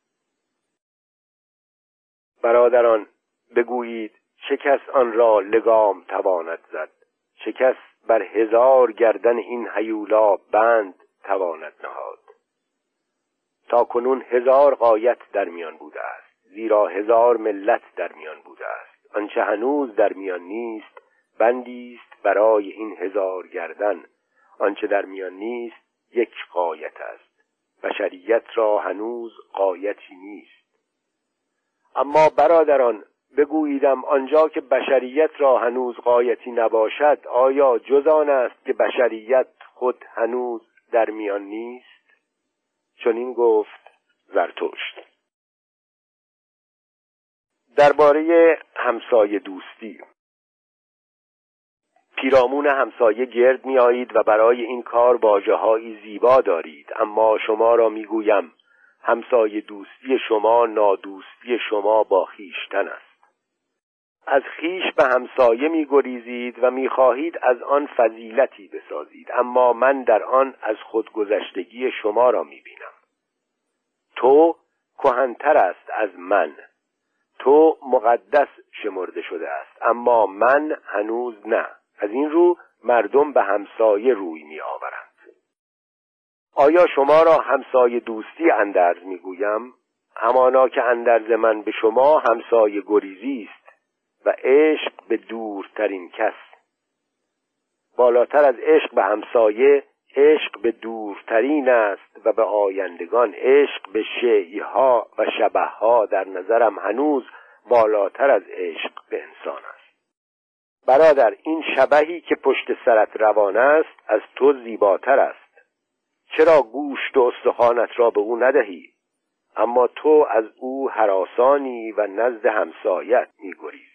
A: برادران بگویید چه کس آن را لگام تواند زد؟ چه کس بر هزار گردن این هیولا بند تواند نهاد؟ تا کنون هزار غایت در میان بوده است، زیرا هزار ملت در میان بوده است. آنچه هنوز در میان نیست بندی است برای این هزار گردن. آنچه در میان نیست یک غایت است. بشریت را هنوز غایتی نیست. اما برادران بگوییدم آنجا که بشریت را هنوز غایتی نباشد، آیا جز آن است که بشریت خود هنوز در میان نیست؟ چنین گفت زرتشت. درباره همسایه دوستی. پیرامون همسایه گرد می آیید و برای این کار واژه‌هایی زیبا دارید، اما شما را می گویم همسایه دوستی شما نادوستی شما با خویشتن است. از خویش به همسایه می گریزید و می خواهید از آن فضیلتی بسازید، اما من در آن از خودگذشتگی شما را می بینم. تو کهن‌تر است از من، تو مقدس شمرده شده است، اما من هنوز نه. از این رو مردم به همسایه روی می آورند. آیا شما را همسایه دوستی اندرز می گویم؟ همانا که اندرز من به شما همسایه گریزی است و عشق به دورترین کس. بالاتر از عشق به همسایه، عشق به دورترین است و به آیندگان. عشق به شیعها و شبهها در نظرم هنوز بالاتر از عشق به انسان است. برادر، این شبهی که پشت سرت روان است از تو زیباتر است. چرا گوشت و استخوانت را به او ندهی؟ اما تو از او هراسانی و نزد همسایت می‌گریزی.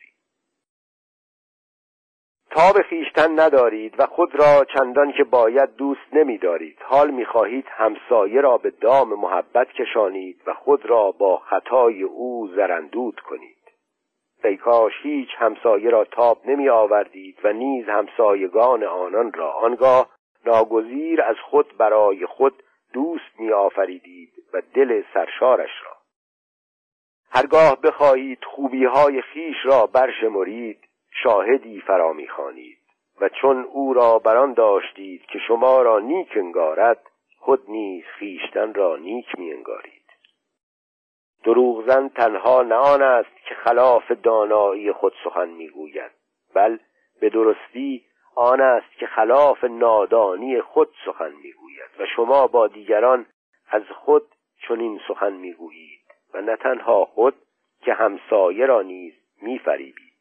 A: تاب خویشتن ندارید و خود را چندان که باید دوست نمی‌دارید. حال می‌خواهید همسایه را به دام محبت کشانید و خود را با خطای او زرندود کنید. ای کاش هیچ همسایه را تاب نمی آوردید و نیز همسایگان آنان را. آنگاه ناگزیر از خود برای خود دوست می آفریدید و دل سرشارش را. هرگاه بخواهید خوبی‌های خیش را برشمرید، شاهدی فرا می خوانید و چون او را بران داشتید که شما را نیک انگارد، خود نیز خویشتن را نیک می انگارید. دروغزن تنها نه آن است که خلاف دانایی خود سخن میگوید، بل به درستی آن است که خلاف نادانی خود سخن میگوید و شما با دیگران از خود چنین سخن میگویید و نه تنها خود که همسایه را نیز میفریبید.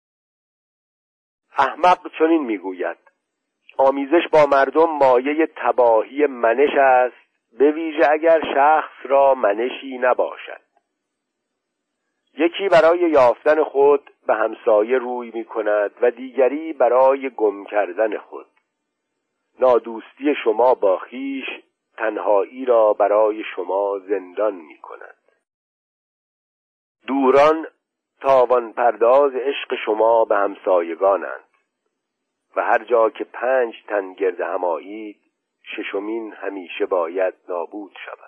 A: احمق چنین میگوید آمیزش با مردم مایه تباهی منش است، به ویژه اگر شخص را منشی نباشد. یکی برای یافتن خود به همسایه روی می کند و دیگری برای گم کردن خود. نادوستی شما با خویش تنهایی را برای شما زندان می کند. دوران تاوان پرداز عشق شما به همسایگانند و هر جا که پنج تن گرد هم آیید، ششمین همیشه باید نابود شود.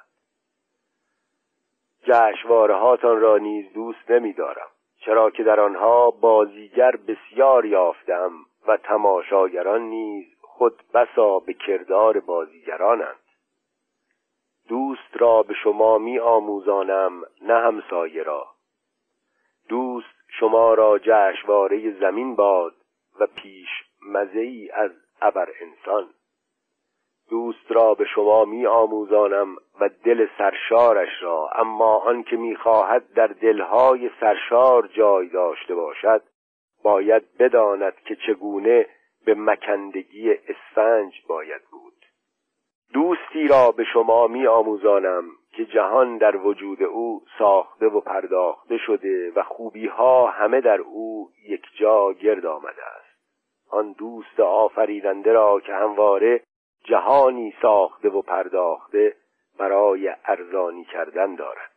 A: جشنواره‌هاتان را نیز دوست نمی‌دارم، چرا که در آنها بازیگر بسیار یافتم و تماشاگران نیز خود بسا به کردار بازیگرانند. دوست را به شما می آموزانم نه همسایه را. دوست شما را جشنواره زمین باد و پیش مزه‌ای از ابر انسان. دوست را به شما می آموزانم و دل سرشارش را، اما آن که می خواهد در دلهای سرشار جای داشته باشد باید بداند که چگونه به مکندگی اسفنج باید بود. دوستی را به شما می آموزانم که جهان در وجود او ساخته و پرداخته شده و خوبی‌ها همه در او یک جا گرد آمده است. آن دوست آفریننده را که همواره جهانی ساخته و پرداخته برای ارزانی کردن دارد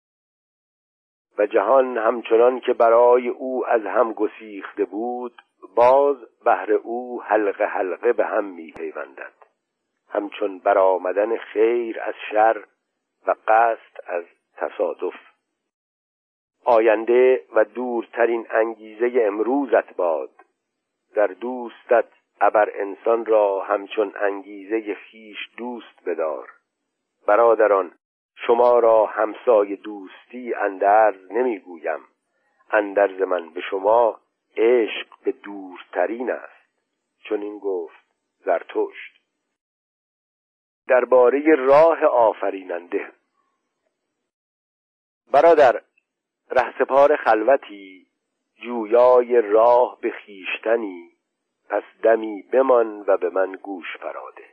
A: و جهان همچنان که برای او از هم گسیخته بود، باز بهر او حلقه حلقه به هم می پیوندد، همچون برآمدن خیر از شر و قصد از تصادف. آینده و دورترین انگیزه امروزت باد. در دوستت ابر انسان را همچون انگیزه خیش دوست بدار. برادران، شما را همسایه دوستی اندرز نمیگویم. اندرز من به شما عشق به دورترین است. چون این گفت زرتشت. درباره راه آفریننده. برادر، رهسپار خلوتی جویای راه به خویشتنی، پس دمی بمان و به من گوش فراده.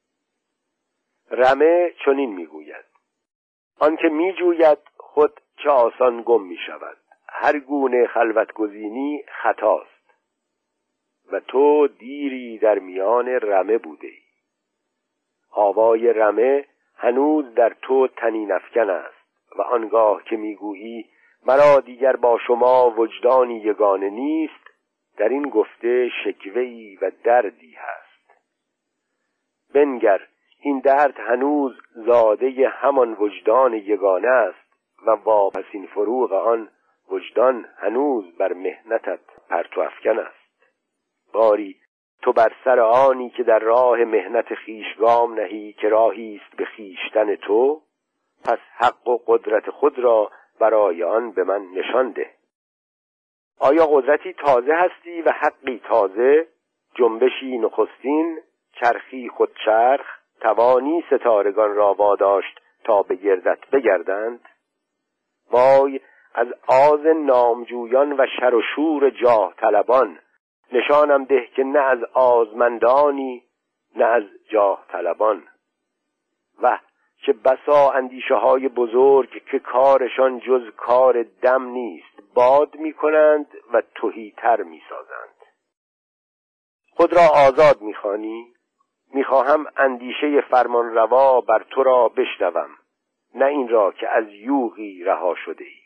A: رمه چنین میگوید: آن که میجوید خود چه آسان گم میشود. هر گونه خلوت گزینی خطاست و تو دیری در میان رمه بوده ای. آوای رمه هنوز در تو طنین افکن است و آنگاه که میگویی مرا دیگر با شما وجدانی یگانه نیست، در این گفته شکوه‌ای و دردی هست. بنگر، این درد هنوز زاده همان وجدان یگانه است و واپسین فروغ آن وجدان هنوز بر مهنتت پرتو افکن است. باری تو بر سر آنی که در راه مهنت خیش گام نهی که راهی است به خیشتن تو، پس حق و قدرت خود را برای آن به من نشان ده. آیا قدرتی تازه هستی و حقی تازه؟ جنبشی نخستین، چرخی خود چرخ، توانی ستارگان را واداشت تا به گردت بگردند؟ وای از آز نامجویان و شر و شور جاه طلبان، نشانم ده که نه از آزمندانی نه از جاه طلبان. و چه بسا اندیشه های بزرگ که کارشان جز کار دم نیست، باد می کنند و تهی تر می سازند. خود را آزاد می خوانی؟ می خواهم اندیشه فرمان روا بر تو را بشنوم، نه این را که از یوغی رها شده ای.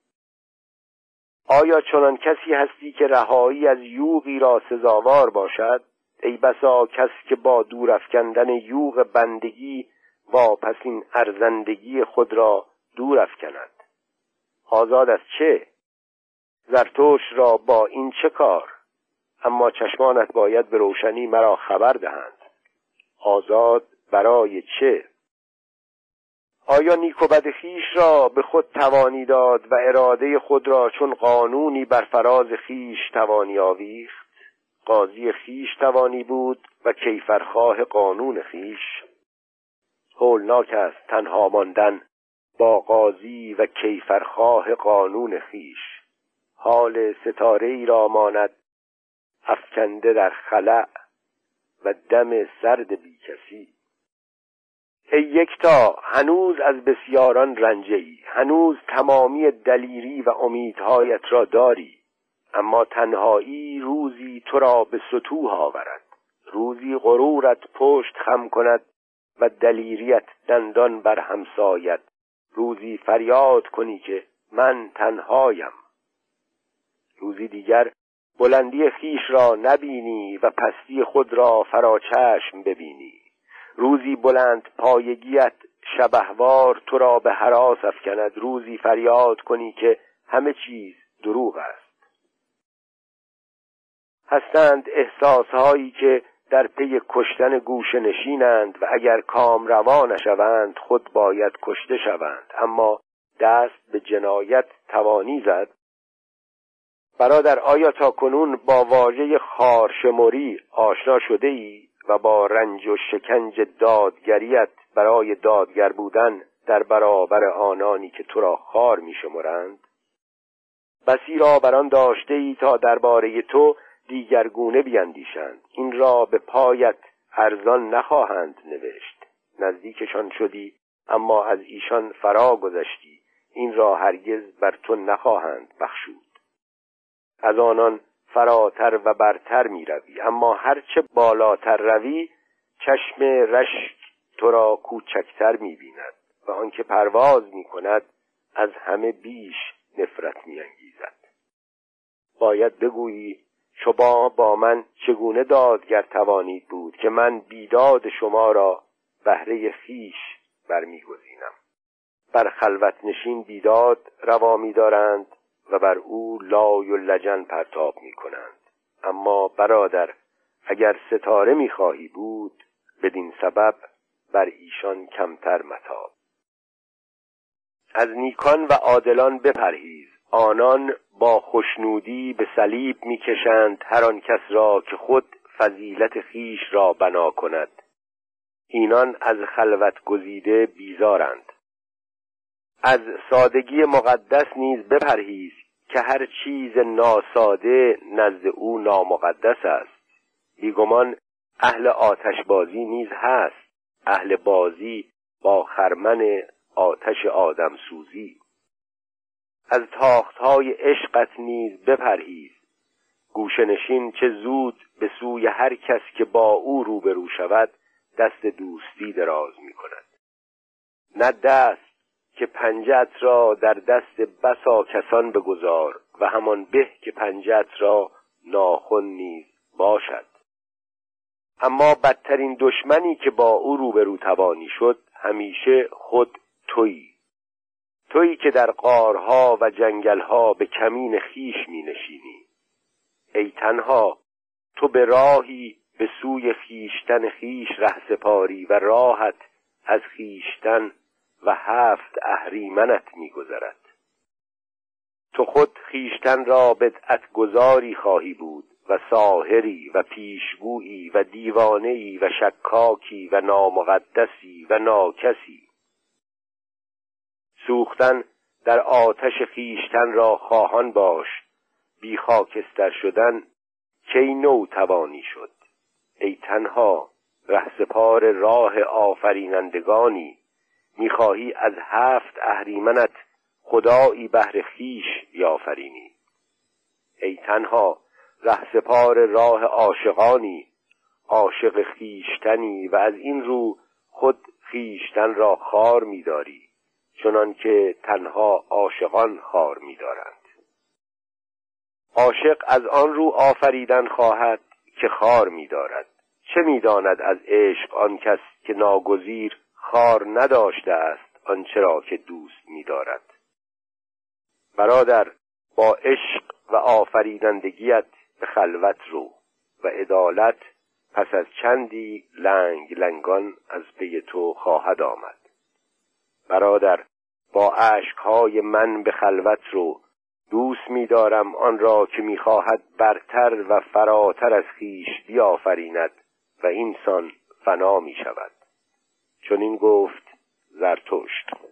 A: آیا چنان کسی هستی که رهایی از یوغی را سزاوار باشد؟ ای بسا کس که با دور افکندن یوغ بندگی واپسین ارزندگی خود را دور افکند. آزاد از چه؟ زرتشت را با این چه کار؟ اما چشمانت باید به روشنی مرا خبر دهند. آزاد برای چه؟ آیا نیک و بد خویش را به خود توانی داد و اراده خود را چون قانونی بر فراز خویش توانی آویخت؟ قاضی خویش توانی بود و کیفرخواه قانون خویش. هولناک است تنها ماندن با قاضی و کیفرخواه قانون خویش. حال ستاره ای را ماند افکنده در خلأ و دم سرد بی کسی. ای یکتا، هنوز از بسیاران رنجه‌ای، هنوز تمامی دلیری و امیدهایت را داری، اما تنهایی روزی تو را به سطوح آورد، روزی غرورت پشت خم کند و دلیریت دندان بر همسایت، روزی فریاد کنی که من تنهایم، روزی دیگر بلندی خیش را نبینی و پستی خود را فراچشم ببینی، روزی بلند پایگیت شبهوار تو را به هراس افکند، روزی فریاد کنی که همه چیز دروغ است. هستند احساسهایی که در پی کشتن گوشه نشینند و اگر کام روا نشوند خود باید کشته شوند، اما دست به جنایت توانی زد؟ برادر، آیا تا کنون با واژه خارشمری آشنا شده ای و با رنج و شکنج دادگریت برای دادگر بودن در برابر آنانی که تو را خار می شمرند؟ بسی را بران داشته ای تا درباره تو دیگرگونه بیندیشند، این را به پایت ارزان نخواهند نوشت. نزدیکشان شدی اما از ایشان فرا گذشتی، این را هرگز بر تو نخواهند بخشود. از آنان فراتر و برتر می روی، اما هرچه بالاتر روی چشم رشک تو را کوچکتر می بیند و آنکه پرواز می کند از همه بیش نفرت می انگیزد. باید بگویی شما با من چگونه دادگر توانید بود که من بیداد شما را بهره خیش برمی گزینم. بر خلوت نشین بیداد روا می دارند و بر او لای و لجن پرتاب می کنند. اما برادر، اگر ستاره می خواهی بود بدین سبب بر ایشان کمتر متاب. از نیکان و عادلان بپرهیز، آنان با خوشنودی به صلیب می کشند هر آن کس را که خود فضیلت خیش را بنا کند. اینان از خلوت گزیده بیزارند. از سادگی مقدس نیز بپرهیز که هر چیز ناساده نزد او نامقدس است. بیگمان اهل آتش بازی نیز هست، اهل بازی با خرمن آتش آدم سوزی. از تاختهای عشقت نیز بپرهیز، گوشه‌نشین چه زود به سوی هر کس که با او روبرو شود دست دوستی دراز می کند. نه دست که پنجه‌ات را در دست بسا کسان بگذار و همان به که پنجه‌ات را ناخن نیز باشد. اما بدترین دشمنی که با او روبرو توانی شد همیشه خود تویی. تویی که در غارها و جنگلها به کمین خیش می نشینی. ای تنها، تو به راهی به سوی خیشتن خیش ره سپاری و راحت از خیشتن و هفت اهریمنت می گذرد. تو خود خیشتن را بدعت گذاری خواهی بود و ساحری و پیشگویی و دیوانه‌ای و شکاکی و نامقدسی و ناکسی. سوختن در آتش خیشتن را خواهان باش، بی خاکستر شدن کی نو توانی شد. ای تنها، رهسپار راه آفرینندگانی، می‌خواهی از هفت اهریمنت خدایی بهر خیش بیافرینی. ای تنها، رهسپار راه عاشقانی، عاشق خیشتنی و از این رو خود خیشتن را خار می‌داری، چنان که تنها عاشقان خار می‌دارند. عاشق از آن رو آفریدن خواهد که خار می‌دارد. چه می‌داند از عشق آن کس که ناگزیر خار نداشته است آنچه را که دوست می‌دارد. برادر، با عشق و آفریدندگیت به خلوت رو و عدالت پس از چندی لنگ لنگان از پی تو خواهد آمد. برادر، با اشک‌های من به خلوت رو، دوست می‌دارم آن را که می‌خواهد برتر و فراتر از خویش بیافریند و اینسان فنا می‌شود. چون این گفت زرتشت.